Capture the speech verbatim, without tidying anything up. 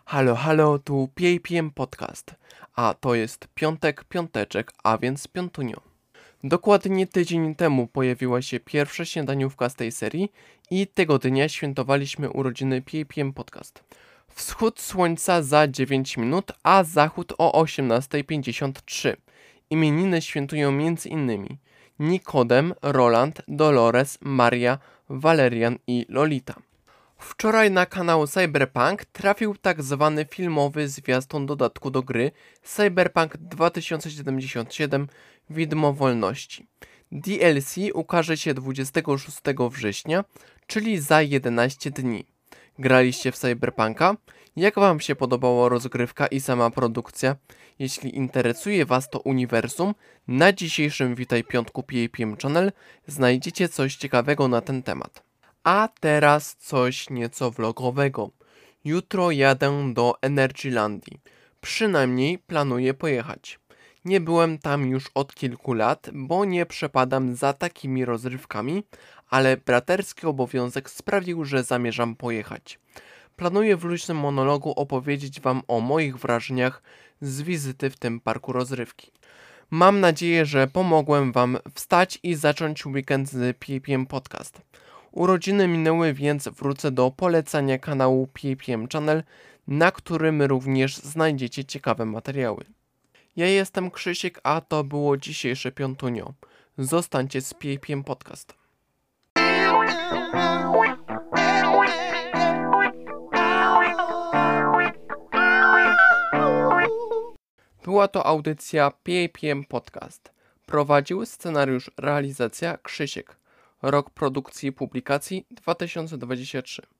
Halo, halo, tu P A P M Podcast, a to jest piątek, piąteczek, a więc piątunio. Dokładnie tydzień temu pojawiła się pierwsza śniadaniówka z tej serii i tego dnia świętowaliśmy urodziny P A P M Podcast. Wschód słońca za dziewięć minut, a zachód o osiemnasta pięćdziesiąt trzy. Imieniny świętują między innymi Nikodem, Roland, Dolores, Maria, Valerian i Lolita. Wczoraj na kanał Cyberpunk trafił tak zwany filmowy zwiastun dodatku do gry Cyberpunk dwa tysiące siedemdziesiąt siedem Widmo Wolności. D L C ukaże się dwudziestego szóstego września, czyli za jedenaście dni. Graliście w Cyberpunka? Jak wam się podobała rozgrywka i sama produkcja? Jeśli interesuje was to uniwersum, na dzisiejszym Witaj Piątku P A P M Channel znajdziecie coś ciekawego na ten temat. A teraz coś nieco vlogowego. Jutro jadę do Energylandii. Przynajmniej planuję pojechać. Nie byłem tam już od kilku lat, bo nie przepadam za takimi rozrywkami, ale braterski obowiązek sprawił, że zamierzam pojechać. Planuję w luźnym monologu opowiedzieć wam o moich wrażeniach z wizyty w tym parku rozrywki. Mam nadzieję, że pomogłem wam wstać i zacząć weekend z P A P M Podcast. Urodziny minęły, więc wrócę do polecania kanału P A P M Channel, na którym również znajdziecie ciekawe materiały. Ja jestem Krzysiek, a to było dzisiejsze piątunio. Zostańcie z P A P M Podcast. Była to audycja P A P M Podcast. Prowadził scenariusz, realizacja Krzysiek. Rok produkcji i publikacji dwa tysiące dwudziesty trzeci.